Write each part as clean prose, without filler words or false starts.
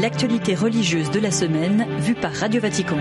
l'actualité religieuse de la semaine, vue par Radio Vatican.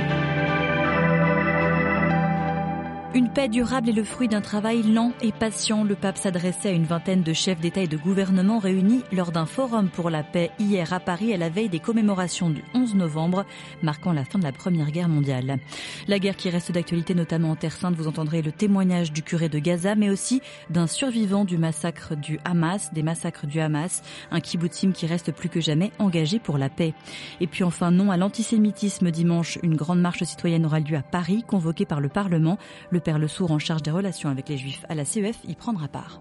Une paix durable est le fruit d'un travail lent et patient. Le pape s'adressait à une vingtaine de chefs d'État et de gouvernement réunis lors d'un forum pour la paix hier à Paris à la veille des commémorations du 11 novembre, marquant la fin de la Première Guerre mondiale. La guerre qui reste d'actualité notamment en Terre Sainte, vous entendrez le témoignage du curé de Gaza, mais aussi d'un survivant des massacres du Hamas, un kibbutzim qui reste plus que jamais engagé pour la paix. Et puis enfin, non à l'antisémitisme dimanche, une grande marche citoyenne aura lieu à Paris, convoquée par le Parlement. Le père Le Sourd, en charge des relations avec les Juifs à la CEF, y prendra part.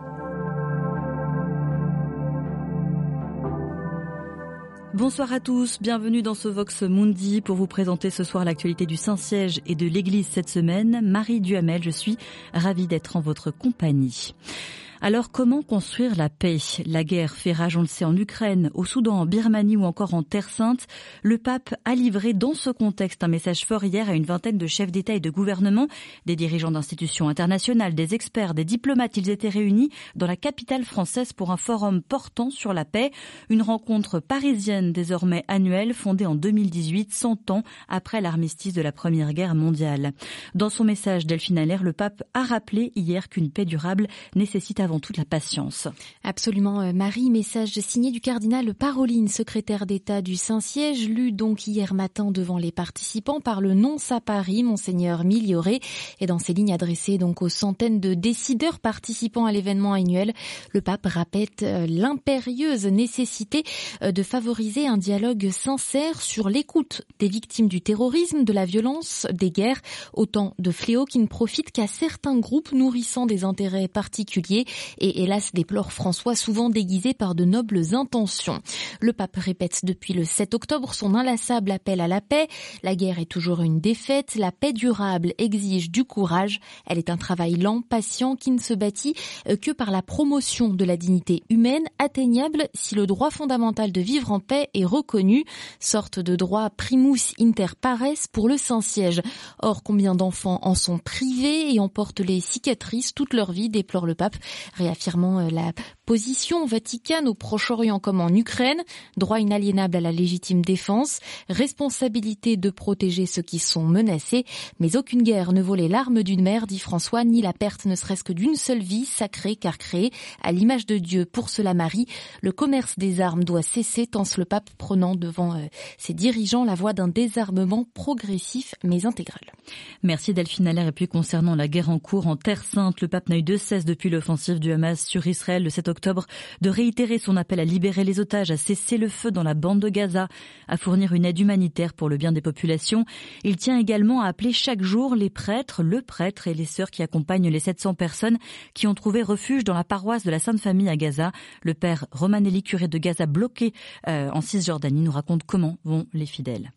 Bonsoir à tous, bienvenue dans ce Vox Mundi pour vous présenter ce soir l'actualité du Saint-Siège et de l'Église cette semaine. Marie Duhamel, je suis ravie d'être en votre compagnie. Alors comment construire la paix ? La guerre fait rage, on le sait, en Ukraine, au Soudan, en Birmanie ou encore en Terre Sainte. Le pape a livré dans ce contexte un message fort hier à une vingtaine de chefs d'État et de gouvernement, des dirigeants d'institutions internationales, des experts, des diplomates. Ils étaient réunis dans la capitale française pour un forum portant sur la paix. Une rencontre parisienne désormais annuelle, fondée en 2018, 100 ans après l'armistice de la Première Guerre mondiale. Dans son message, Delphine Allaire, le pape a rappelé hier qu'une paix durable nécessite avant toute la patience. Absolument, Marie. Message signé du cardinal Parolin, secrétaire d'État du Saint-Siège, lu donc hier matin devant les participants par le nonce à Paris, Monseigneur Miglioré. Et dans ces lignes adressées donc aux centaines de décideurs participant à l'événement annuel, le pape répète l'impérieuse nécessité de favoriser un dialogue sincère sur l'écoute des victimes du terrorisme, de la violence, des guerres, autant de fléaux qui ne profitent qu'à certains groupes nourrissant des intérêts particuliers. Et hélas, déplore François, souvent déguisé par de nobles intentions. Le pape répète depuis le 7 octobre son inlassable appel à la paix. La guerre est toujours une défaite. La paix durable exige du courage. Elle est un travail lent, patient, qui ne se bâtit que par la promotion de la dignité humaine, atteignable si le droit fondamental de vivre en paix est reconnu. Sorte de droit primus inter pares pour le Saint-Siège. Or, combien d'enfants en sont privés et en portent les cicatrices toute leur vie, déplore le pape, réaffirmant la position vaticane au Proche-Orient comme en Ukraine, droit inaliénable à la légitime défense, responsabilité de protéger ceux qui sont menacés, mais aucune guerre ne vaut les larmes d'une mère, dit François, ni la perte ne serait-ce que d'une seule vie sacrée car créée à l'image de Dieu. Pour cela, Marie, le commerce des armes doit cesser, tense le pape, prenant devant ses dirigeants la voie d'un désarmement progressif mais intégral. Merci Delphine Allaire. Et puis concernant la guerre en cours en Terre Sainte, le pape n'a eu de cesse depuis l'offensive du Hamas sur Israël le 7 octobre de réitérer son appel à libérer les otages, à cesser le feu dans la bande de Gaza, à fournir une aide humanitaire pour le bien des populations. Il tient également à appeler chaque jour le prêtre et les sœurs qui accompagnent les 700 personnes qui ont trouvé refuge dans la paroisse de la Sainte Famille à Gaza. Le père Romanelli, curé de Gaza bloqué en Cisjordanie, nous raconte comment vont les fidèles.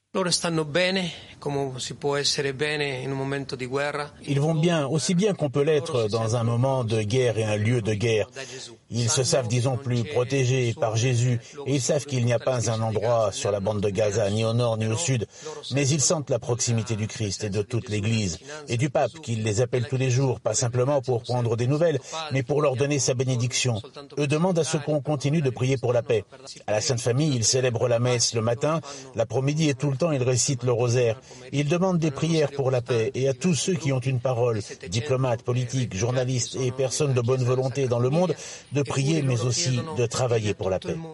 Ils vont bien, aussi bien qu'on peut l'être dans un moment de guerre et un lieu de guerre. Ils se savent, disons, plus protégés par Jésus et ils savent qu'il n'y a pas un endroit sur la bande de Gaza, ni au nord ni au sud, mais ils sentent la proximité du Christ et de toute l'Église et du pape qui les appelle tous les jours, pas simplement pour prendre des nouvelles, mais pour leur donner sa bénédiction. Eux demandent à ce qu'on continue de prier pour la paix. À la Sainte Famille, ils célèbrent la messe le matin, l'après-midi et tout le temps ils récitent le rosaire. Ils demandent des prières pour la paix et à tous ceux qui ont une parole, diplomates, politiques, journalistes et personnes de bonne volonté dans le monde, de prier mais aussi de travailler pour la paix.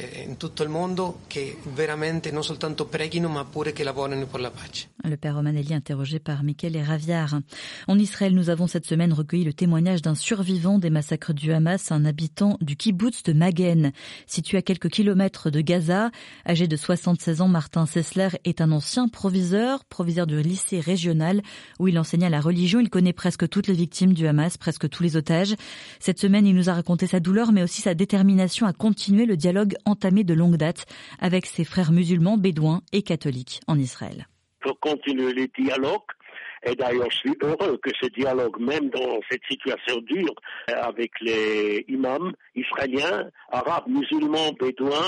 Le père Romanelli interrogé par Michele Raviard. En Israël, nous avons cette semaine recueilli le témoignage d'un survivant des massacres du Hamas, un habitant du kibboutz de Magen, situé à quelques kilomètres de Gaza. Âgé de 76 ans, Martin Sessler est un ancien proviseur du lycée régional où il enseignait la religion. Il connaît presque toutes les victimes du Hamas, presque tous les otages. Cette semaine, il nous a raconté sa douleur, mais aussi sa détermination à continuer le dialogue entamé de longue date avec ses frères musulmans, bédouins et catholiques en Israël. Pour continuer les dialogues, et d'ailleurs je suis heureux que ce dialogue, même dans cette situation dure, avec les imams israéliens, arabes, musulmans, bédouins,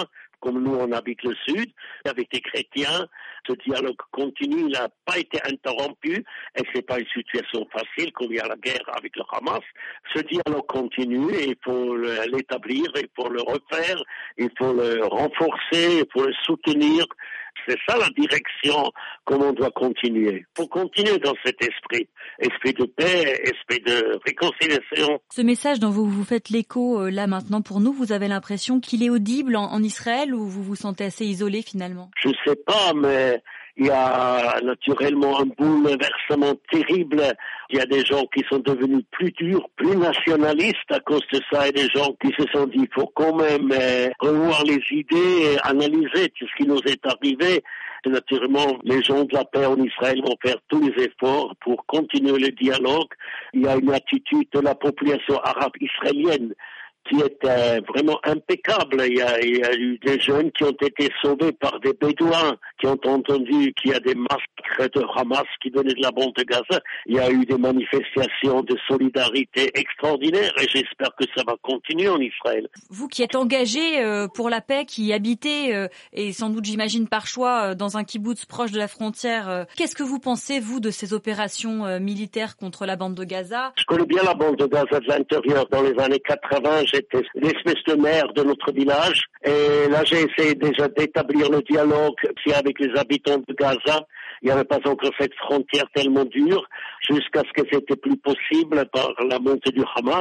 comme nous on habite le Sud, avec des chrétiens. Ce dialogue continue, il n'a pas été interrompu et c'est pas une situation facile comme il y a la guerre avec le Hamas. Ce dialogue continue et il faut l'établir, il faut le refaire, il faut le renforcer, il faut le soutenir. C'est ça la direction comment on doit continuer. Il faut continuer dans cet esprit de paix, esprit de réconciliation. Ce message dont vous faites l'écho là maintenant pour nous, vous avez l'impression qu'il est audible en Israël ou vous vous sentez assez isolé finalement? Je sais pas, mais il y a naturellement un bouleversement terrible. Il y a des gens qui sont devenus plus durs, plus nationalistes à cause de ça, et des gens qui se sont dit il faut quand même revoir les idées et analyser tout ce qui nous est arrivé. Et naturellement, les gens de la paix en Israël vont faire tous les efforts pour continuer le dialogue. Il y a une attitude de la population arabe israélienne qui est vraiment impeccable. Il y a eu des jeunes qui ont été sauvés par des bédouins, qui ont entendu qu'il y a des massacres de Hamas qui venaient de la bande de Gaza. Il y a eu des manifestations de solidarité extraordinaires et j'espère que ça va continuer en Israël. Vous qui êtes engagé pour la paix, qui habitez, et sans doute j'imagine par choix, dans un kibboutz proche de la frontière, qu'est-ce que vous pensez, vous, de ces opérations militaires contre la bande de Gaza? Je connais bien la bande de Gaza de l'intérieur. Dans les années 80, j'étais l'espèce de maire de notre village. Et là, j'ai essayé déjà d'établir le dialogue avec les habitants de Gaza. Il n'y avait pas encore cette frontière tellement dure, jusqu'à ce que c'était plus possible par la montée du Hamas.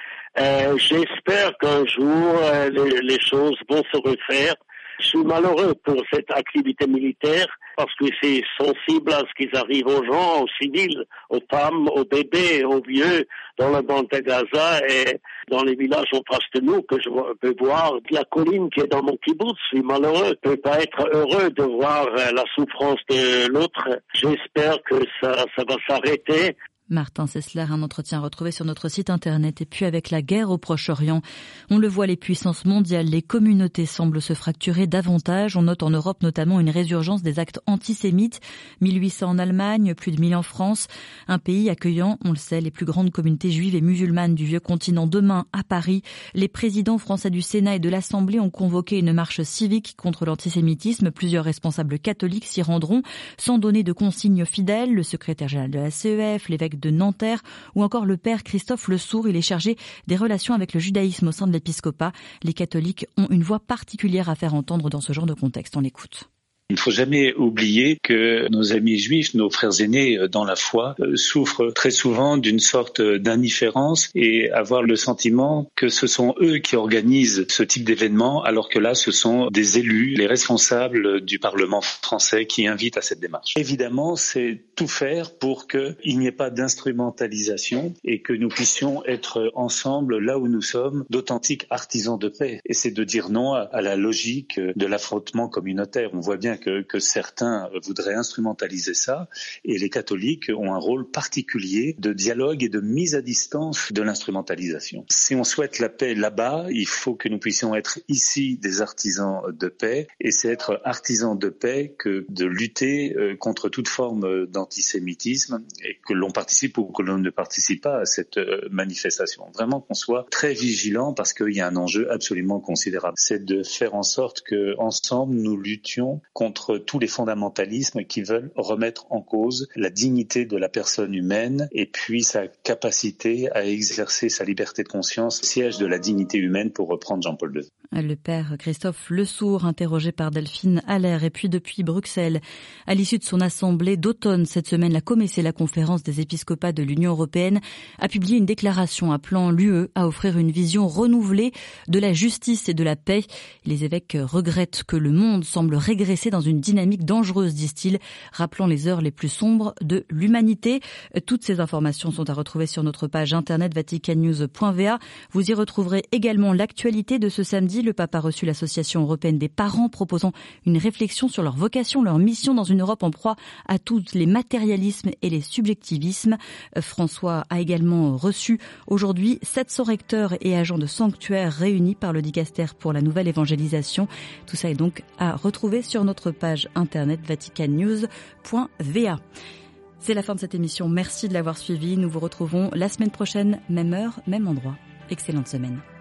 J'espère qu'un jour, les choses vont se refaire. Je suis malheureux pour cette activité militaire parce que c'est sensible à ce qui arrive aux gens, aux civils, aux femmes, aux bébés, aux vieux dans la bande de Gaza et dans les villages en face de nous que je peux voir. La colline qui est dans mon kibboutz, je suis malheureux. Je ne peux pas être heureux de voir la souffrance de l'autre. J'espère que ça va s'arrêter. Martin Sessler, un entretien retrouvé sur notre site internet. Et puis avec la guerre au Proche-Orient, on le voit, les puissances mondiales, les communautés semblent se fracturer davantage. On note en Europe notamment une résurgence des actes antisémites. 1800 en Allemagne, plus de 1000 en France. Un pays accueillant, on le sait, les plus grandes communautés juives et musulmanes du vieux continent. Demain, à Paris, les présidents français du Sénat et de l'Assemblée ont convoqué une marche civique contre l'antisémitisme. Plusieurs responsables catholiques s'y rendront sans donner de consignes fidèles. Le secrétaire général de la CEF, l'évêque de Nanterre ou encore le père Christophe Le Sourd. Il est chargé des relations avec le judaïsme au sein de l'épiscopat. Les catholiques ont une voix particulière à faire entendre dans ce genre de contexte. On l'écoute. Il ne faut jamais oublier que nos amis juifs, nos frères aînés dans la foi, souffrent très souvent d'une sorte d'indifférence et avoir le sentiment que ce sont eux qui organisent ce type d'événement, alors que là, ce sont des élus, les responsables du Parlement français qui invitent à cette démarche. Évidemment, c'est tout faire pour qu'il n'y ait pas d'instrumentalisation et que nous puissions être ensemble, là où nous sommes, d'authentiques artisans de paix. Et c'est de dire non à la logique de l'affrontement communautaire. On voit bien que certains voudraient instrumentaliser ça et les catholiques ont un rôle particulier de dialogue et de mise à distance de l'instrumentalisation. Si on souhaite la paix là-bas, il faut que nous puissions être ici des artisans de paix et c'est être artisan de paix que de lutter contre toute forme d'antisémitisme et que l'on participe ou que l'on ne participe pas à cette manifestation. Vraiment qu'on soit très vigilant parce qu'il y a un enjeu absolument considérable. C'est de faire en sorte que ensemble nous luttions contre tous les fondamentalismes qui veulent remettre en cause la dignité de la personne humaine et puis sa capacité à exercer sa liberté de conscience, siège de la dignité humaine pour reprendre Jean-Paul II. Le père Christophe Le Sourd, interrogé par Delphine Allaire. Et puis depuis Bruxelles, à l'issue de son assemblée d'automne cette semaine, la COMECE, la conférence des épiscopats de l'Union européenne, a publié une déclaration appelant l'UE à offrir une vision renouvelée de la justice et de la paix. Les évêques regrettent que le monde semble régresser dans une dynamique dangereuse, disent-ils, rappelant les heures les plus sombres de l'humanité. Toutes ces informations sont à retrouver sur notre page internet vaticannews.va. Vous y retrouverez également l'actualité de ce samedi. Le pape a reçu l'Association européenne des parents proposant une réflexion sur leur vocation, leur mission dans une Europe en proie à tous les matérialismes et les subjectivismes. François a également reçu aujourd'hui 700 recteurs et agents de sanctuaires réunis par le dicastère pour la nouvelle évangélisation. Tout ça est donc à retrouver sur notre page internet vaticannews.va. C'est la fin de cette émission. Merci de l'avoir suivi. Nous vous retrouvons la semaine prochaine, même heure, même endroit. Excellente semaine.